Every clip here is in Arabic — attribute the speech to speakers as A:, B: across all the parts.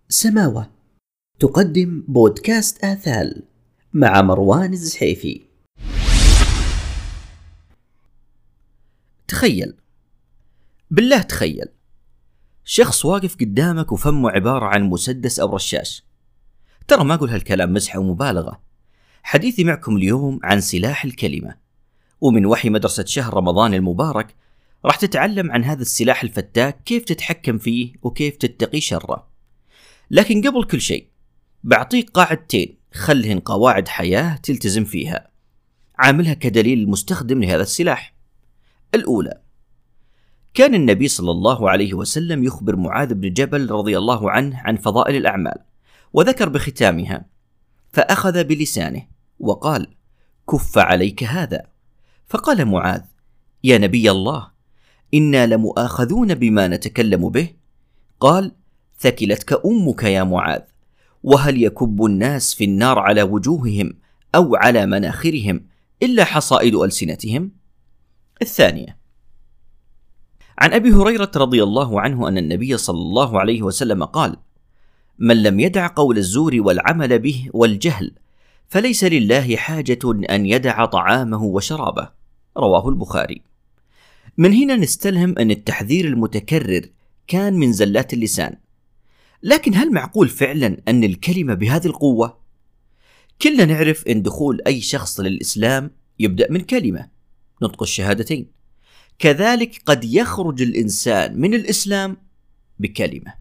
A: سماوة تقدم بودكاست آثال مع مروان الزحيفي. تخيل، بالله تخيل شخص واقف قدامك وفمه عبارة عن مسدس أو رشاش. ترى ما أقول هالكلام مزح ومبالغة. حديثي معكم اليوم عن سلاح الكلمة، ومن وحي مدرسة شهر رمضان المبارك راح تتعلم عن هذا السلاح الفتاك، كيف تتحكم فيه وكيف تتقي شره. لكن قبل كل شيء بعطيك قاعدتين خلهن قواعد حياة تلتزم فيها، عاملها كدليل المستخدم لهذا السلاح. الأولى، كان النبي صلى الله عليه وسلم يخبر معاذ بن جبل رضي الله عنه عن فضائل الأعمال، وذكر بختامها: فأخذ بلسانه وقال: كف عليك هذا. فقال معاذ: يا نبي الله، إنا لمؤاخذون بما نتكلم به. قال: ثكلتك أمك يا معاذ، وهل يكب الناس في النار على وجوههم أو على مناخرهم إلا حصائد ألسنتهم؟ الثانية، عن أبي هريرة رضي الله عنه أن النبي صلى الله عليه وسلم قال: من لم يدع قول الزور والعمل به والجهل فليس لله حاجة أن يدع طعامه وشرابه. رواه البخاري. من هنا نستلهم أن التحذير المتكرر كان من زلات اللسان. لكن هل معقول فعلا أن الكلمة بهذه القوة؟ كلنا نعرف أن دخول أي شخص للإسلام يبدأ من كلمة، نطق الشهادتين. كذلك قد يخرج الإنسان من الإسلام بكلمة.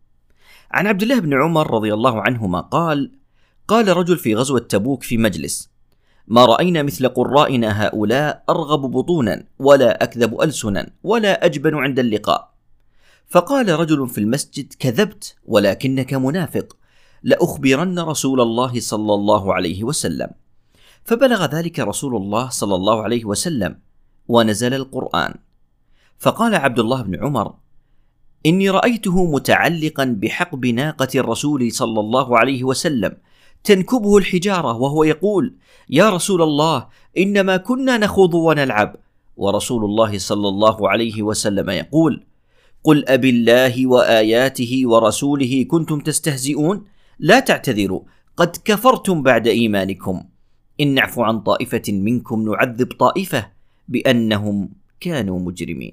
A: عن عبد الله بن عمر رضي الله عنهما قال: قال رجل في غزوة تبوك في مجلس: ما رأينا مثل قرائنا هؤلاء أرغب بطونا ولا أكذب ألسنا ولا أجبن عند اللقاء. فقال رجل في المسجد: كذبت ولكنك منافق، لأخبرن رسول الله صلى الله عليه وسلم. فبلغ ذلك رسول الله صلى الله عليه وسلم ونزل القرآن. فقال عبد الله بن عمر: إني رأيته متعلقا بحقب ناقة الرسول صلى الله عليه وسلم تنكبه الحجارة وهو يقول: يا رسول الله، إنما كنا نخوض ونلعب. ورسول الله صلى الله عليه وسلم يقول: قل أبي الله وآياته ورسوله كنتم تستهزئون؟ لا تعتذروا، قد كفرتم بعد إيمانكم. إن نعفو عن طائفة منكم نعذب طائفة بأنهم كانوا مجرمين.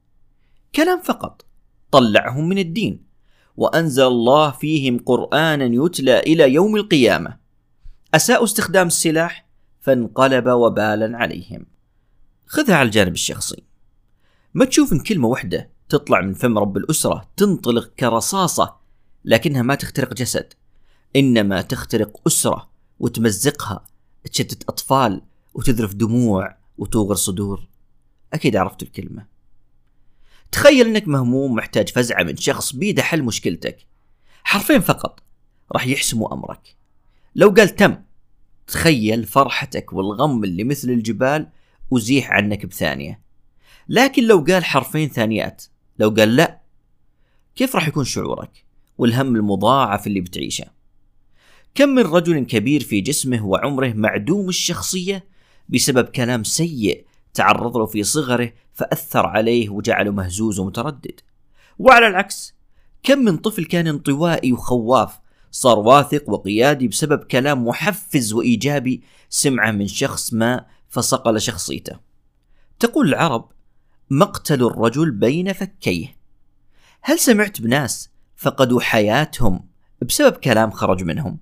A: كلام فقط طلعهم من الدين، وأنزل الله فيهم قرآنا يتلى إلى يوم القيامة. أساءوا استخدام السلاح فانقلب وبالا عليهم. خذها على الجانب الشخصي. ما تشوف إن كلمة واحدة تطلع من فم رب الأسرة تنطلق كرصاصة، لكنها ما تخترق جسد، إنما تخترق أسرة وتمزقها، تشتت أطفال وتذرف دموع وتوغر صدور. أكيد عرفت الكلمة. تخيل أنك مهموم محتاج فزعة من شخص بيده حل مشكلتك، حرفين فقط راح يحسموا أمرك. لو قال تم، تخيل فرحتك والغم اللي مثل الجبال وزيح عنك بثانية. لكن لو قال حرفين ثانيات، لو قال لا، كيف راح يكون شعورك والهم المضاعف اللي بتعيشه؟ كم من رجل كبير في جسمه وعمره معدوم الشخصية بسبب كلام سيء تعرض له في صغره فأثر عليه وجعله مهزوز ومتردد. وعلى العكس، كم من طفل كان انطوائي وخواف صار واثق وقيادي بسبب كلام محفز وإيجابي سمعه من شخص ما فصقل شخصيته. تقول العرب: مقتل الرجل بين فكيه. هل سمعت بناس فقدوا حياتهم بسبب كلام خرج منهم؟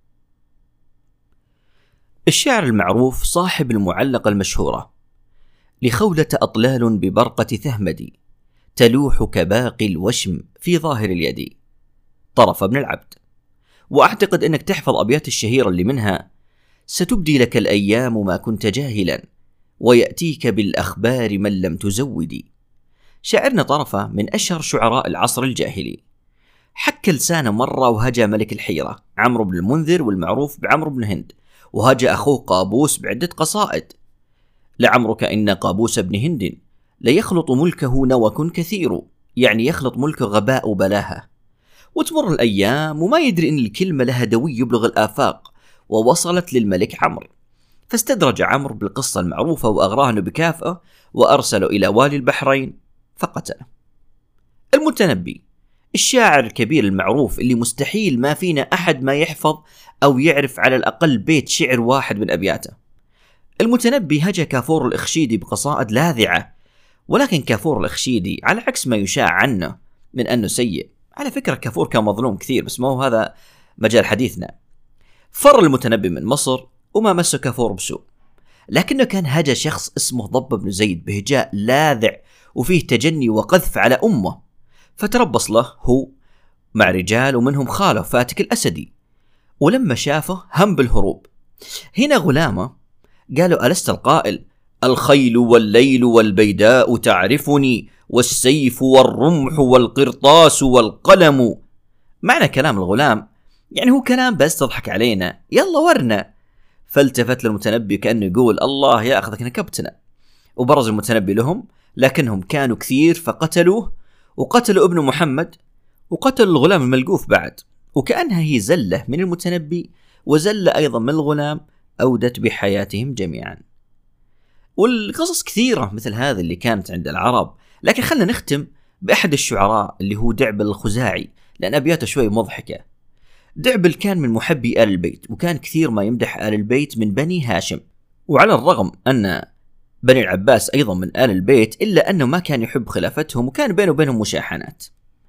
A: الشاعر المعروف صاحب المعلقة المشهورة: لخولة أطلال ببرقة ثهمدي تلوح كباقي الوشم في ظاهر اليد. طرف ابن العبد. وأعتقد أنك تحفظ أبيات الشهيرة اللي منها: ستبدي لك الأيام ما كنت جاهلا، ويأتيك بالأخبار من لم تزودي. شاعرنا طرفة من أشهر شعراء العصر الجاهلي. حك لسانه مرة وهجى ملك الحيرة عمرو بن المنذر والمعروف بعمرو بن هند، وهجى أخوه قابوس بعدة قصائد: لعمرك إن قابوس بن هند ليخلط ملكه نوك كثير، يعني يخلط ملكه غباء وبلاهة. وتمر الأيام وما يدري إن الكلمة لها دوي يبلغ الآفاق، ووصلت للملك عمرو، فاستدرج عمرو بالقصة المعروفة وأغراهن بكافأة، وأرسله إلى والي البحرين فقتله. المتنبي الشاعر الكبير المعروف اللي مستحيل ما فينا أحد ما يحفظ أو يعرف على الأقل بيت شعر واحد من أبياته. المتنبي هجا كافور الإخشيدي بقصائد لاذعة، ولكن كافور الإخشيدي على عكس ما يشاع عنه من أنه سيء، على فكرة كافور كان مظلوم كثير، بس ما هو هذا مجال حديثنا. فر المتنبي من مصر وما مسه كافور بسوء، لكنه كان هجا شخص اسمه ضب بن زيد بهجاء لاذع وفيه تجني وقذف على أمه، فتربص له هو مع رجال ومنهم خاله فاتك الأسدي، ولما شافه هم بالهروب. هنا غلامه قالوا: ألست القائل الخيل والليل والبيداء تعرفني والسيف والرمح والقرطاس والقلم؟ معنى كلام الغلام يعني هو كلام بس تضحك علينا، يلا ورنا. فالتفت للمتنبي كأنه يقول: الله يأخذك نكبتنا. وبرز المتنبي لهم، لكنهم كانوا كثير فقتلوه، وقتلوا ابن محمد، وقتلوا الغلام الملقوف بعد، وكأنها هي زلة من المتنبي وزلة أيضا من الغلام أودت بحياتهم جميعا. والقصص كثيرة مثل هذه اللي كانت عند العرب، لكن خلنا نختم بأحد الشعراء اللي هو دعبل الخزاعي، لأن أبياته شوي مضحكة. دعبل كان من محبي آل البيت، وكان كثير ما يمدح آل البيت من بني هاشم، وعلى الرغم أن بني العباس أيضا من آل البيت إلا أنه ما كان يحب خلافتهم، وكان بينه وبينهم مشاحنات.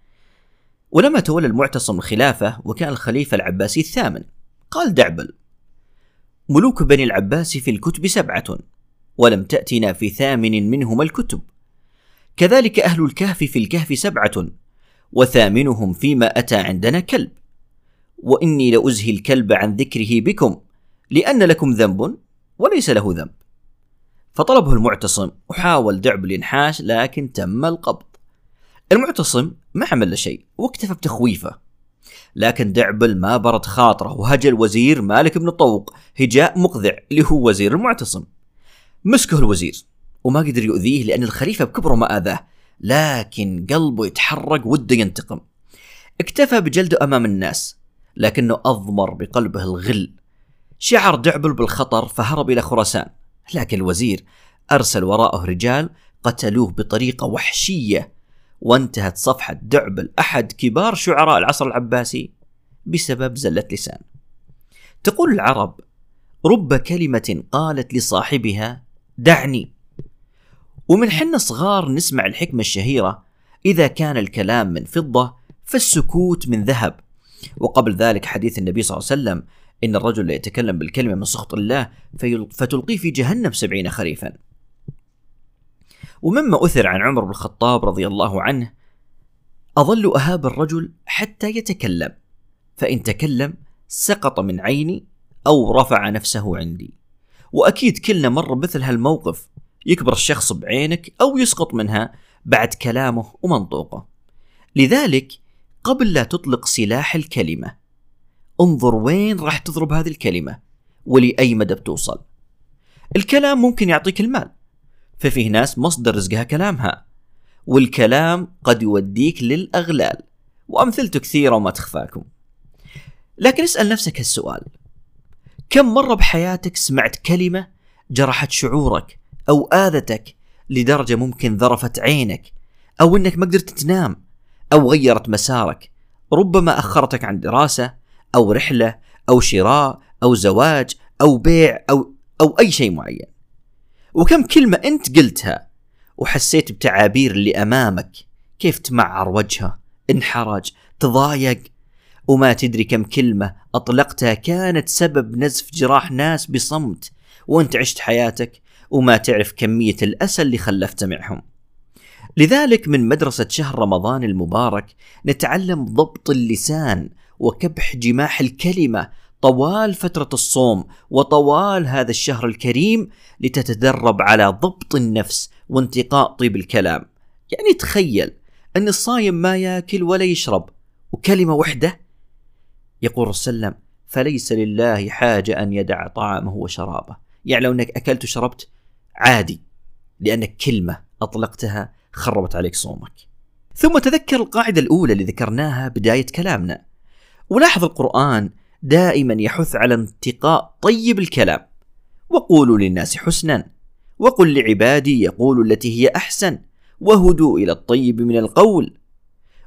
A: ولما تولى المعتصم الخلافة وكان الخليفة العباسي الثامن، قال دعبل: ملوك بني العباس في الكتب 7 ولم تأتنا في 8 منهما الكتب، كذلك أهل الكهف في الكهف 7 وثامنهم فيما أتى عندنا كلب، وإني لأزهي الكلب عن ذكره بكم لأن لكم ذنب وليس له ذنب. فطلبه المعتصم وحاول دعبل ينحاش، لكن تم القبض. المعتصم ما عمل شيء واكتفى بتخويفه، لكن دعبل ما برد خاطره وهجى الوزير مالك بن طوق هجاء مقذع اللي هو وزير المعتصم. مسكه الوزير وما قدر يؤذيه لأن الخليفة بكبره ما آذاه، لكن قلبه يتحرق وده ينتقم. اكتفى بجلده أمام الناس، لكنه أضمر بقلبه الغل. شعر دعبل بالخطر فهرب إلى خراسان، لكن الوزير أرسل وراءه رجال قتلوه بطريقة وحشية، وانتهت صفحة دعبل أحد كبار شعراء العصر العباسي بسبب زلة لسان. تقول العرب: رب كلمة قالت لصاحبها دعني. ومن حنا صغار نسمع الحكمة الشهيرة: إذا كان الكلام من فضة فالسكوت من ذهب. وقبل ذلك حديث النبي صلى الله عليه وسلم: إن الرجل لا يتكلم بالكلمة من سخط الله فتلقيه في جهنم 70 خريفا. ومما أثر عن عمر بن الخطاب رضي الله عنه: أظل أهاب الرجل حتى يتكلم، فإن تكلم سقط من عيني أو رفع نفسه عندي. وأكيد كلنا مر مثل هالموقف، يكبر الشخص بعينك أو يسقط منها بعد كلامه ومنطوقه. لذلك قبل لا تطلق سلاح الكلمة انظر وين راح تضرب هذه الكلمة ولأي مدى بتوصل. الكلام ممكن يعطيك المال، ففيه ناس مصدر رزقها كلامها، والكلام قد يوديك للأغلال، وأمثلته كثيرة وما تخفاكم. لكن اسأل نفسك هالسؤال: كم مرة بحياتك سمعت كلمة جرحت شعورك أو آذتك لدرجة ممكن ذرفت عينك، أو إنك ما قدرت تنام، أو غيرت مسارك، ربما أخرتك عن دراسة أو رحلة أو شراء أو زواج أو بيع أو أي شيء معين؟ وكم كلمة أنت قلتها وحسيت بتعابير اللي أمامك كيف تمعر وجهه، انحرج، تضايق، وما تدري كم كلمة أطلقتها كانت سبب نزف جراح ناس بصمت، وأنت عشت حياتك وما تعرف كمية الأسى اللي خلفت معهم. لذلك من مدرسة شهر رمضان المبارك نتعلم ضبط اللسان وكبح جماح الكلمة طوال فترة الصوم وطوال هذا الشهر الكريم، لتتدرب على ضبط النفس وانتقاء طيب الكلام. يعني تخيل أن الصايم ما يأكل ولا يشرب، وكلمة وحدة يقول رسول الله: فليس لله حاجة أن يدع طعامه وشرابه. يعني لو أنك أكلت وشربت عادي، لأنك كلمة أطلقتها خربت عليك صومك. ثم تذكر القاعدة الأولى اللي ذكرناها بداية كلامنا، ولاحظ القرآن دائما يحث على انتقاء طيب الكلام: وقولوا للناس حسنا وقل لعبادي يقولوا التي هي أحسن وهدوا إلى الطيب من القول.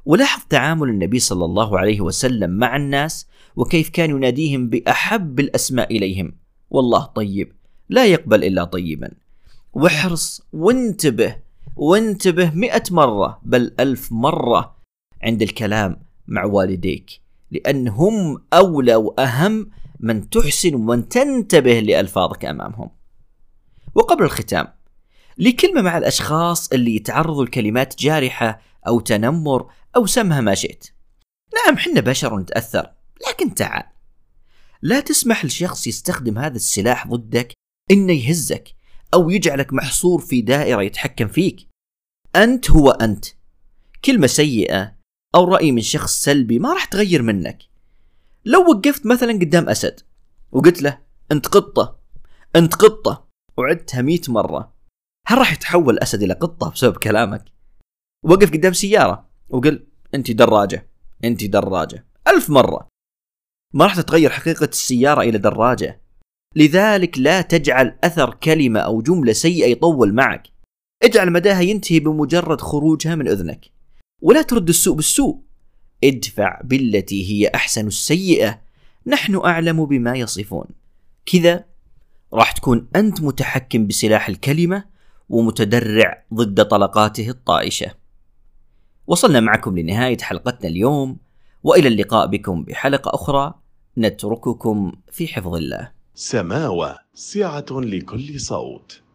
A: ولاحظ تعامل النبي صلى الله عليه وسلم مع الناس وكيف كان يناديهم بأحب الأسماء إليهم: والله طيب لا يقبل إلا طيبا. واحرص وانتبه 100 مرة بل 1000 مرة عند الكلام مع والديك، لأن هم أولى وأهم من تحسن ومن تنتبه لألفاظك أمامهم. وقبل الختام، لي كلمة مع الأشخاص اللي يتعرضوا لكلمات جارحة أو تنمر أو سمها ما شئت. نعم، حنا بشر نتأثر، لكن تعال، لا تسمح لشخص يستخدم هذا السلاح ضدك إنه يهزك أو يجعلك محصور في دائرة يتحكم فيك. أنت هو أنت. كلمة سيئة أو رأي من شخص سلبي ما راح تغير منك. لو وقفت مثلا قدام أسد وقلت له أنت قطة وعدتها 100 مرة، هل راح يتحول أسد إلى قطة بسبب كلامك؟ وقف قدام سيارة وقل أنت دراجة 1000 مرة، ما راح تتغير حقيقة السيارة إلى دراجة. لذلك لا تجعل أثر كلمة أو جملة سيئة يطول معك، اجعل مداها ينتهي بمجرد خروجها من أذنك. ولا ترد السوء بالسوء، ادفع بالتي هي أحسن السيئة، نحن أعلم بما يصفون. كذا راح تكون أنت متحكم بسلاح الكلمة ومتدرع ضد طلقاته الطائشة. وصلنا معكم لنهاية حلقتنا اليوم، وإلى اللقاء بكم بحلقة أخرى، نترككم في حفظ الله.
B: سماوة سعة لكل صوت.